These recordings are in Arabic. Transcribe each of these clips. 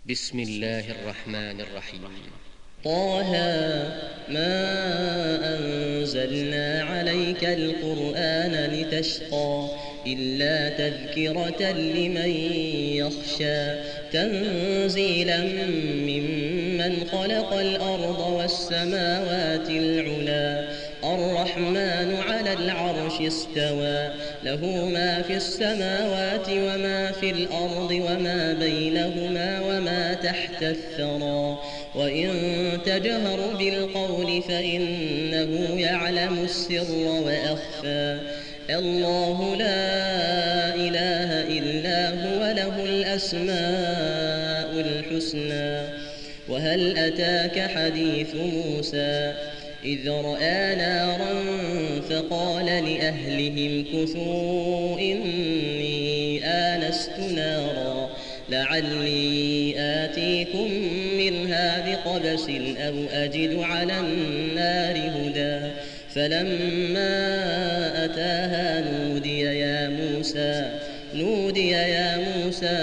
بسم الله الرحمن الرحيم. طه ما أنزلنا عليك القرآن لتشقى إلا تذكرة لمن يخشى تنزيلا ممن خلق الأرض والسماوات العلى الرحمن على العرش استوى له ما في السماوات وما في الأرض وما بينهما وما تحت الثرى وإن تجهر بالقول فإنه يعلم السر وأخفى الله لا إله إلا هو له الأسماء الحسنى وهل أتاك حديث موسى إذ رأى نارا فقال لأهلهم كثوا إني آنست نارا لعلي آتيكم منها بقبس أو أجد على النار هدى فلما أتاها نودي يا موسى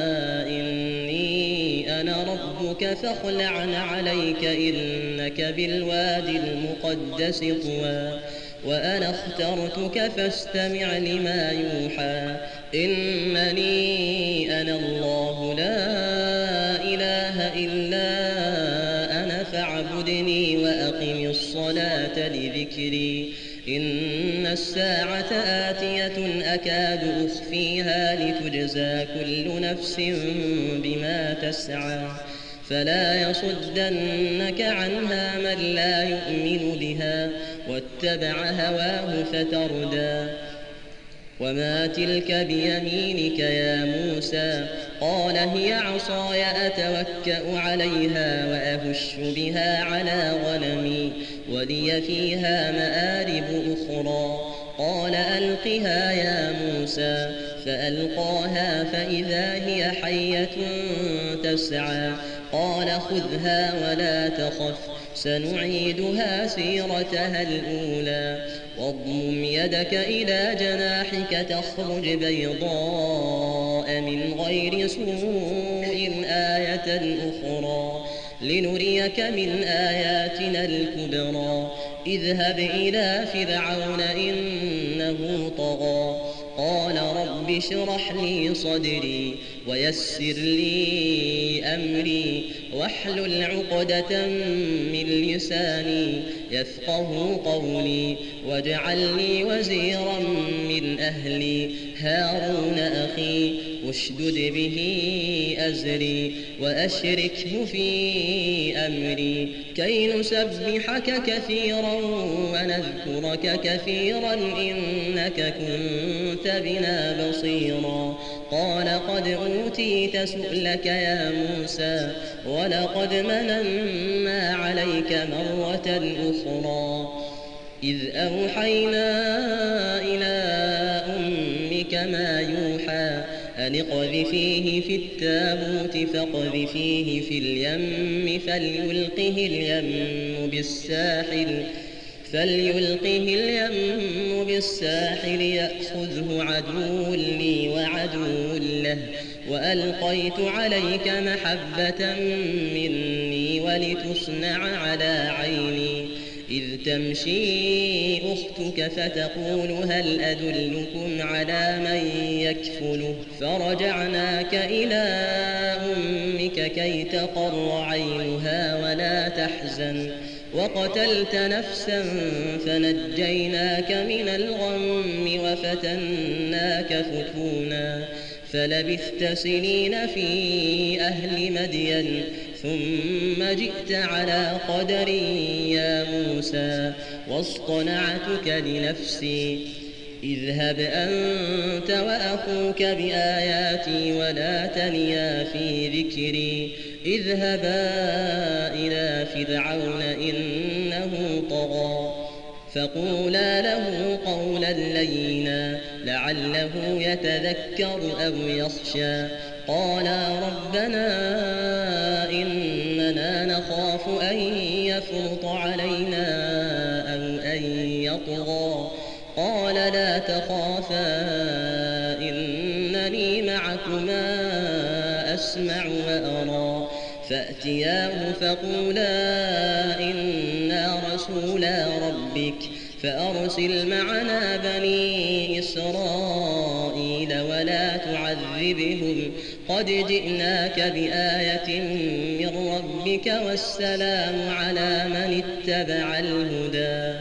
إني أنا ربك فاخلع عليك إنك بالوادي المقدس طوى وأنا اخترتك فاستمع لما يوحى إنني أنا الله لا إله إلا أنا فاعبدني وأقم الصلاة لذكري إن الساعة آتية أكاد أخفيها لتجزى كل نفس بما تسعى فلا يصدنك عنها من لا يؤمن بها واتبع هواه فتردى وما تلك بيمينك يا موسى قال هي عصاي أتوكأ عليها وأهش بها على غنمي ولي فيها مآرب أخرى قال ألقها يا موسى فألقاها فإذا هي حية تسعى قال خذها ولا تخف سنعيدها سيرتها الأولى واضمم يدك إلى جناحك تخرج بيضاء من غير سوء آية أخرى لنريك من آياتنا الكبرى اذهب إلى فرعون إنه طغى قال رب اشرح لي صدري ويسر لي أمري واحلل عقدة من لساني يفقه قولي واجعل لي وزيرا من أهلي هارون أخي اشدد به أزري وأشركه في أمري كي نسبحك كثيرا ونذكرك كثيرا إنك كنت بنا بصيرا قال قد أوتيت سؤلك يا موسى ولقد مننا عليك مرة أخرى إذ أوحينا إلى أمك ما يوحى أن اقذفيه في التابوت فاقذفيه في اليم فليلقه اليم بالساحل يأخذه عدو لي وعدو له وألقيت عليك محبة مني ولتصنع على عيني إذ تمشي أختك فتقول هل أدلكم على من يكفله فرجعناك إلى أمك كي تقر عينها ولا تحزن وقتلت نفسا فنجيناك من الغم وفتناك فتونا فلبثت سنين في أهل مدين ثم جئت على قدر يا موسى واصطنعتك لنفسي اذهب أنت وأخوك بآياتي ولا تنيا في ذكري اذهبا إلى فرعون إنه طغى فقولا له قولا لينا لعله يتذكر أو يخشى قالا ربنا إننا نخاف أن يفرط علينا أو أن يطغى قال لا تخافا إنني معكما أسمع وأرى سحرا فأتياه فقولا إنا رسولا ربك فأرسل معنا بني إسرائيل ولا تعذبهم قد جئناك بآية من ربك والسلام على من اتبع الهدى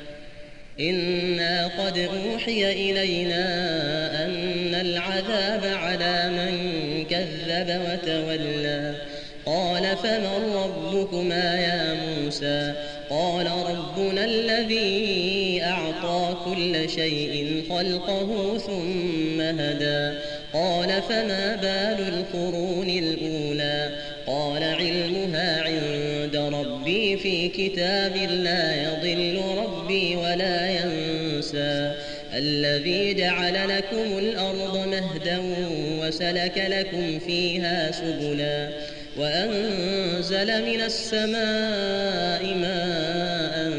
إنا قد أوحي إلينا أن العذاب على من كذب وتولى قال فمن ربكما يا موسى قال ربنا الذي أعطى كل شيء خلقه ثم هدى قال فما بال القرون الأولى قال علمها عند ربي في كتاب لا يضل ربي ولا ينسى الذي جعل لكم الأرض مهدا وسلك لكم فيها سبلا وأنزل من السماء ماء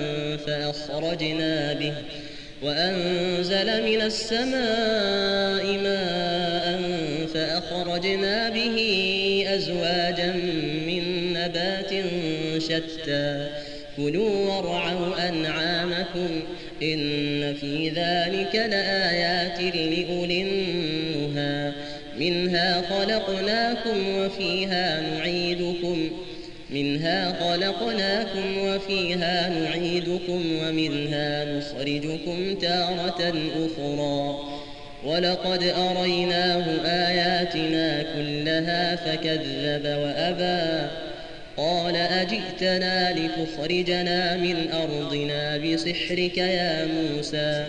فأخرجنا به أزواجا من نبات شتى كلوا وارعوا أنعامكم إن في ذلك لآيات لأولي النهى منها خلقناكم وفيها نعيدكم ومنها نخرجكم تارة أخرى ولقد أريناه آياتنا كلها فكذب وأبى قال أجئتنا لتخرجنا من أرضنا بسحرك يا موسى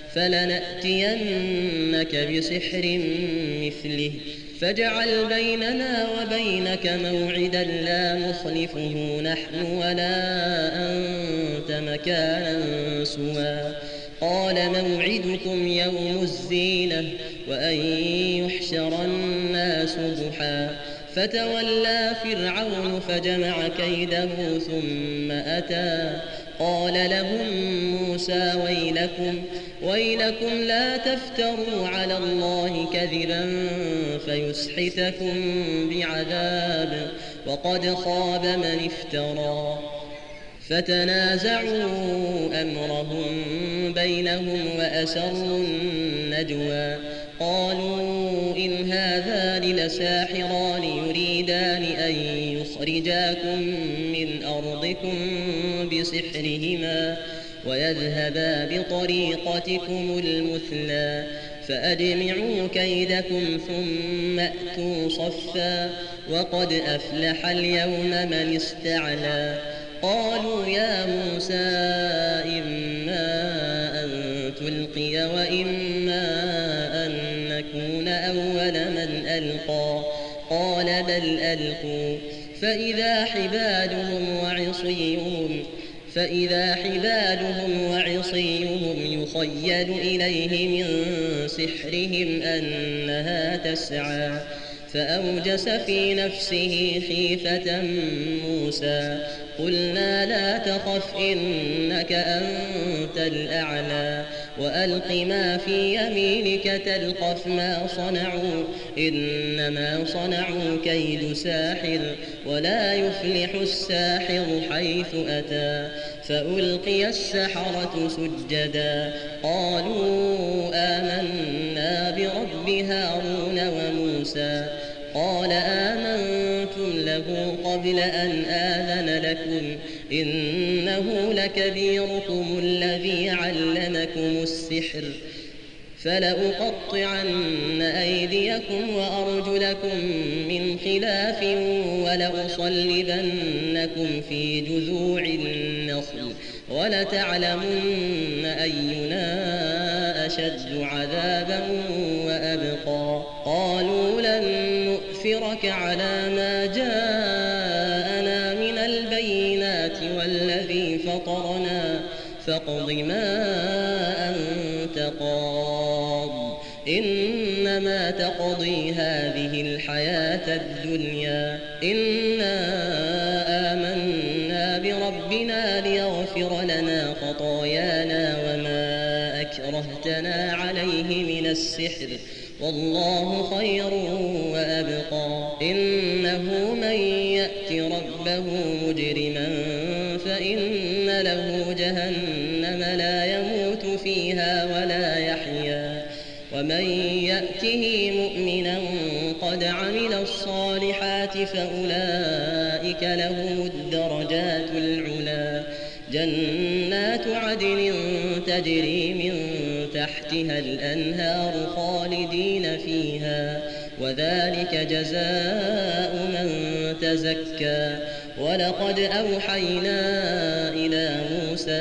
فلنأتينك بسحر مثله فاجعل بيننا وبينك موعدا لا نخلفه نحن ولا أنت مكانا سوى قال موعدكم يوم الزينة وأن يحشر الناس ضحى فتولى فرعون فجمع كيده ثم أتى قال لهم موسى ويلكم لا تفتروا على الله كذبا فيسحتكم بعذاب وقد خاب من افترى فتنازعوا أمرهم بينهم وأسروا النجوى قالوا إن هذان لساحران يريدان أن يخرجاكم من أرضكم بسحرهما ويذهبا بطريقتكم المثلى فأجمعوا كيدكم ثم أتوا صفا وقد أفلح اليوم من استعلى قالوا يا موسى إما أن تلقي وإما أن نكون أول من ألقى قال بل ألقوا فإذا حبالهم وعصيهم يخيل إليه من سحرهم أنها تسعى فأوجس في نفسه خيفة موسى قلنا لا تخف إنك أنت الأعلى وألق ما في يمينك تلقف ما صنعوا إنما صنعوا كيد ساحر ولا يفلح الساحر حيث أتى فألقي السحرة سجدا قالوا آمنا برب هارون وموسى قال آمنتم له قبل أن آذن لكم إنه لكبيركم الذي علمكم السحر فلأقطعن أيديكم وأرجلكم من خلاف ولأصلبنكم في جذوع النخل ولتعلمن أينا أشد عذابا وأبقى قالوا لن نؤثرك على ما جاءنا من البينات والذي فطرنا فاقض ما أنت قاض إنما تقضي هذه الحياة الدنيا إنا آمنا بربنا ليغفر لنا خطايانا وما أكرهتنا عليه من السحر والله خير وأبقى إنه من يأت ربه مجرما فإن له جهنم لا يموت فيها ولا يحيا ومن يأته مؤمنا قد عمل الصالحات فأولئك لهم الدرجات العلى جنات عدن تجري من تحتها الأنهار خالدين فيها وذلك جزاء من تزكى ولقد أوحينا إلى موسى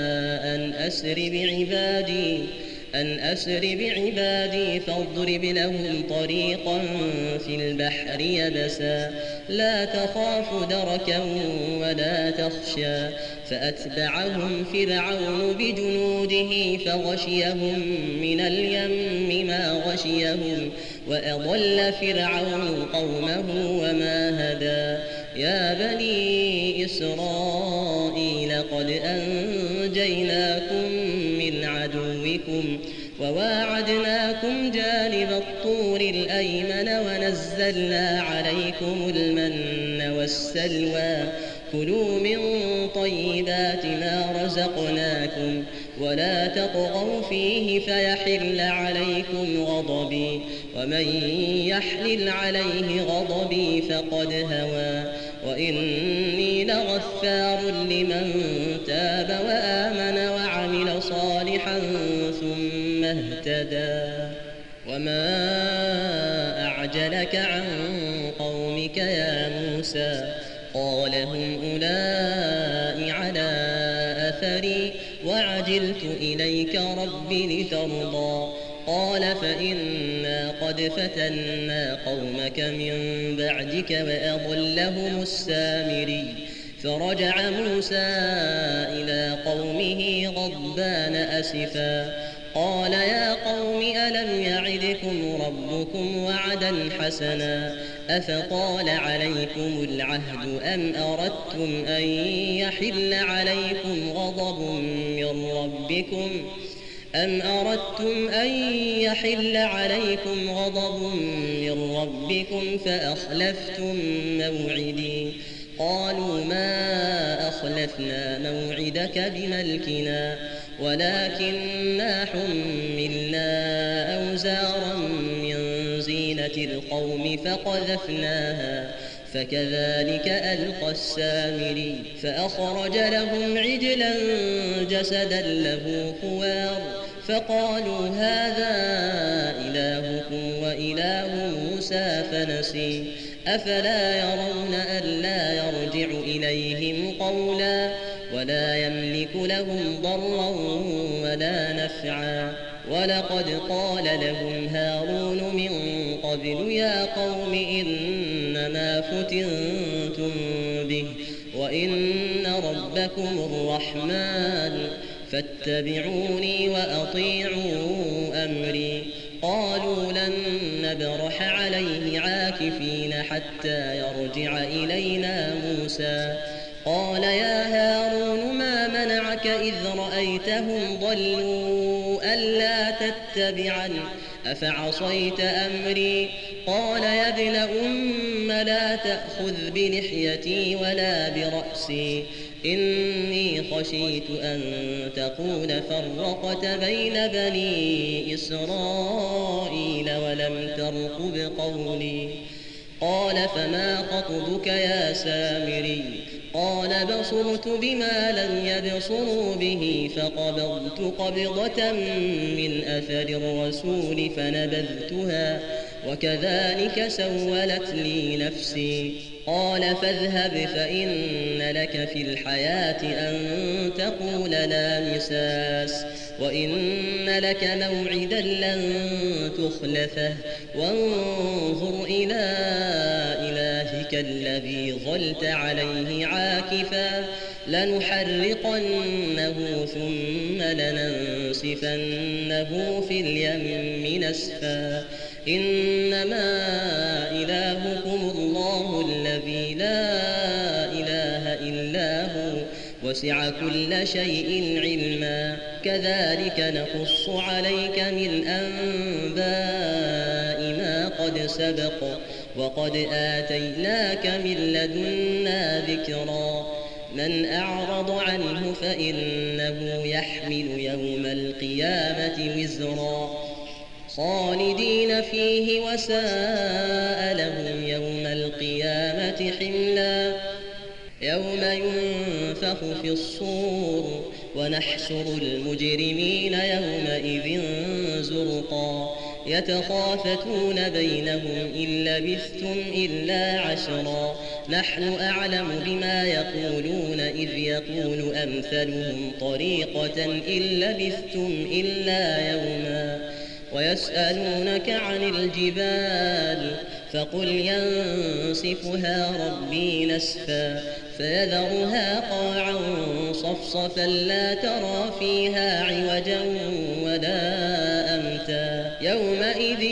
أن أسر بعبادي فاضرب لهم طريقا في البحر يبسا لا تخاف دركا ولا تخشى فأتبعهم فرعون بجنوده فغشيهم من اليم ما غشيهم وأضل فرعون قومه وما هدى يا بني إسرائيل قد أنجيناكم من عدوكم وواعدناكم جانب الطور الأيمن ونزلنا عليكم المن والسلوى كلوا من طيبات ما رزقناكم ولا تطغوا فيه فيحل عليكم غضبي ومن يحلل عليه غضبي فقد هوى وإني لغفار لمن تاب وآمن وعمل صالحا ثم اهتدى وما أعجلك عن قومك يا موسى قال هم أولئك على أثري وعجلت إليك رب لترضى قال فإنا قد فتنا قومك من بعدك وأضلهم السامري فرجع موسى إلى قومه غضبان أسفا قال يا قوم ألم يعدكم ربكم وعدا حسنا أفطال عليكم العهد أم أردتم أن يحل عليكم غضب من ربكم فأخلفتم موعدي قالوا ما أخلفنا موعدك بملكنا ولكننا حملنا أوزارا من زينة القوم فقذفناها فكذلك ألقى السامري فأخرج لهم عجلا جسدا له خوار فقالوا هذا إلهكم وإله موسى فنسي أفلا يرون ألا يرجع إليهم قولا ولا يملك لهم ضرا ولا نفعا ولقد قال لهم هارون من قبل يا قوم إنما فتنتم به وإن ربكم الرحمن فاتبعوني وأطيعوا أمري قالوا لن نبرح عليه عاكفين حتى يرجع إلينا موسى قال يا هارون ما منعك إذ رأيتهم ضلوا ألا تتبعن أفعصيت أمري قال يا ابن أم لا تأخذ بلحيتي ولا برأسي إني خشيت أن تقول فرقت بين بني إسرائيل ولم ترقب قولي قال فما خطبك يا سامري قال بصرت بما لم يبصروا به فقبضت قبضة من أثر الرسول فنبذتها وكذلك سولت لي نفسي قال فاذهب فإن لك في الحياة أن تقول لا مساس وإن لك موعدا لن تخلفه وانظر إلى إلهك الذي ظلت عليه عاكفا لنحرقنه ثم لننسفنه في اليم نسفا إنما إلهكم الله الذي لا إله إلا هو وسع كل شيء علما كذلك نقص عليك من أنباء ما قد سبق وقد آتيناك من لدنا ذكرا من أعرض عنه فإنه يحمل يوم القيامة وزرا خالدين فيه وساء لهم يوم القيامة حملا يوم ينفخ في الصور ونحشر المجرمين يومئذ زرقا يتخافتون بينهم إن لبثتم إلا عشرا نحن أعلم بما يقولون إذ يقول أمثلهم طريقة إن لبثتم إلا يوما ويسألونك عن الجبال فقل ينسفها ربي نسفا فيذرها قاعا صفصفا لا ترى فيها عوجا ولا أمتا يومئذ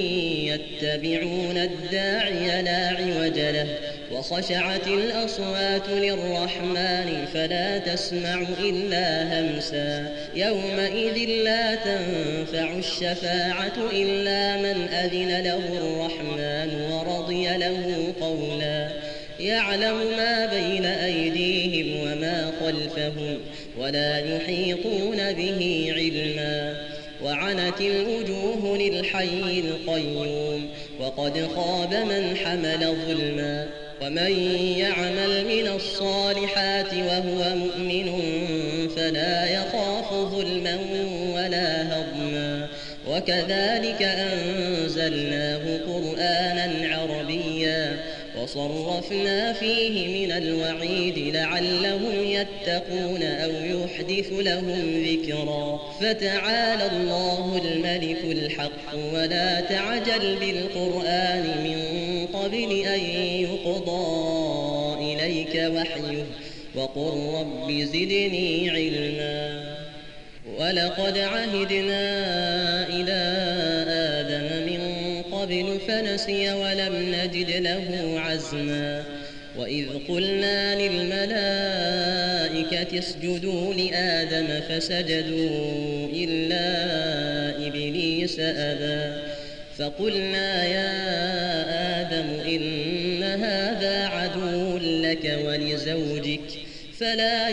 يتبعون الداعي لا عوج له وخشعت الأصوات للرحمن فلا تسمع إلا همسا يومئذ لا تنفع الشفاعة إلا من أذن له الرحمن ورضي له قولا يعلم ما بين أيديهم وما خلفهم ولا يحيطون به علما وعنت الوجوه للحي القيوم وقد خاب من حمل ظلما ومن يعمل من الصالحات وهو مؤمن فلا يخاف ظلما ولا هضما وكذلك أنزلناه قرآنا عربيا وصرفنا فيه من الوعيد لعلهم يتقون أو يحدث لهم ذكرا فتعالى الله الملك الحق ولا تعجل بالقرآن من قبل أن يقضى إليك وحيه وقل رب زدني علما ولقد عهدنا إلى آدم من قبل فنسي ولم نجد له عزما وإذ قلنا للملائكة اسجدوا لآدم فسجدوا إلا إبليس أبى فقلنا يا آدم إن هذا عدو لك ولزوجك فلا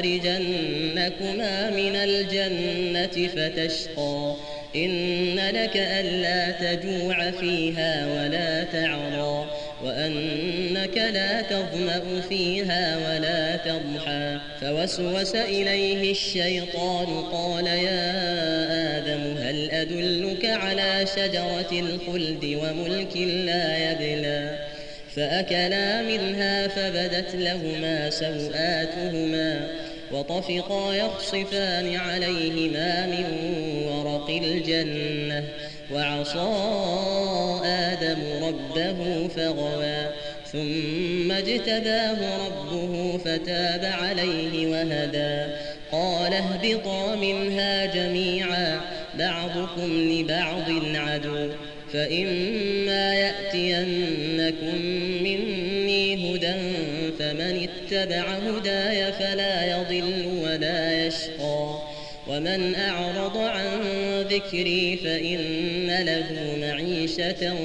يخرجنكما من الجنة فتشقى إن لك ألا تجوع فيها ولا تعرى وأنك لا تظمأ فيها ولا تضحى فوسوس إليه الشيطان قال يا آدم هل أدلك على شجرة الخلد وملك لا يبلى فأكلا منها فبدت لهما سوآتهما وطفقا يخصفان عليهما من ورق الجنة وعصى آدم ربه فغوى ثم اجتباه ربه فتاب عليه وهدى قال اهبطا منها جميعا بعضكم لبعض عدو فإما يأتينكم مني هدى فمن اتبع هداي فلا يضل ولا يشقى ومن أعرض عن ذكري فإن له معيشة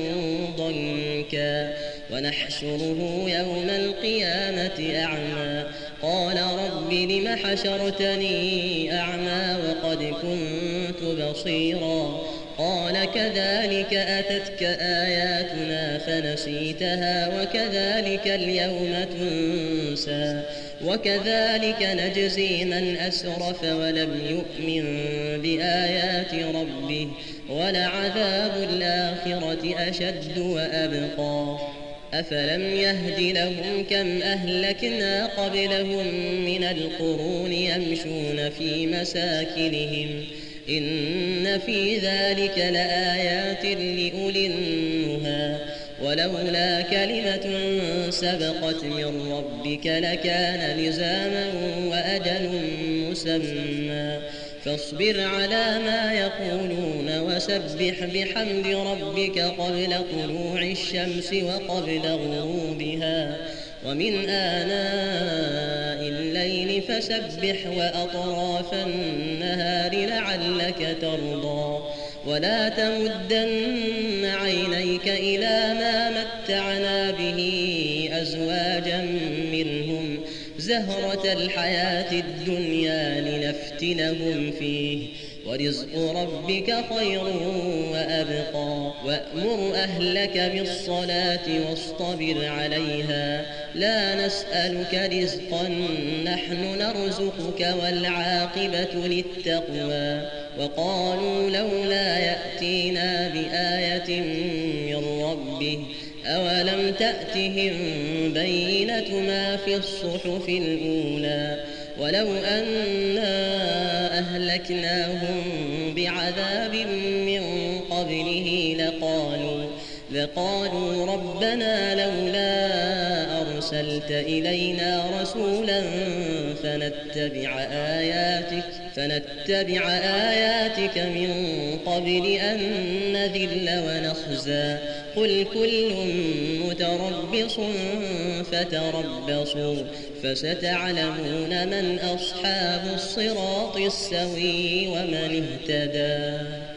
ضنكا ونحشره يوم القيامة أعمى قال رب لم حشرتني أعمى وقد كنت بصيرا قال كذلك أتتك آياتنا فنسيتها وكذلك اليوم تنسى وكذلك نجزي من أسرف ولم يؤمن بآيات ربه ولعذاب الآخرة أشد وأبقى أفلم يهد لهم كم أهلكنا قبلهم من القرون يمشون في مساكنهم إن في ذلك لآيات لأولي النهى ولولا كلمة سبقت من ربك لكان لزاما وأجل مسمى فاصبر على ما يقولون وسبح بحمد ربك قبل طلوع الشمس وقبل غروبها ومن آناء الليل فسبح وأطراف النهار لعلك ترضى ولا تمدن عينيك إلى ما متعنا به أزواجا منهم زهرة الحياة الدنيا لنفتنهم فيه ورزق ربك خير وأبقى وأمر أهلك بالصلاة واصطبر عليها لا نسألك رزقا نحن نرزقك والعاقبة للتقوى وقالوا لولا يأتينا بآية من ربه أولم تأتهم بينة ما في الصحف الأولى ولو أنا أهلكناهم بعذاب من قبله لقالوا ربنا لولا أرسلت إلينا رسولا فنتبع آياتك من قبل أن نذل ونخزى قل كل متربص فتربصوا فستعلمون من أصحاب الصراط السوي ومن اهتدى.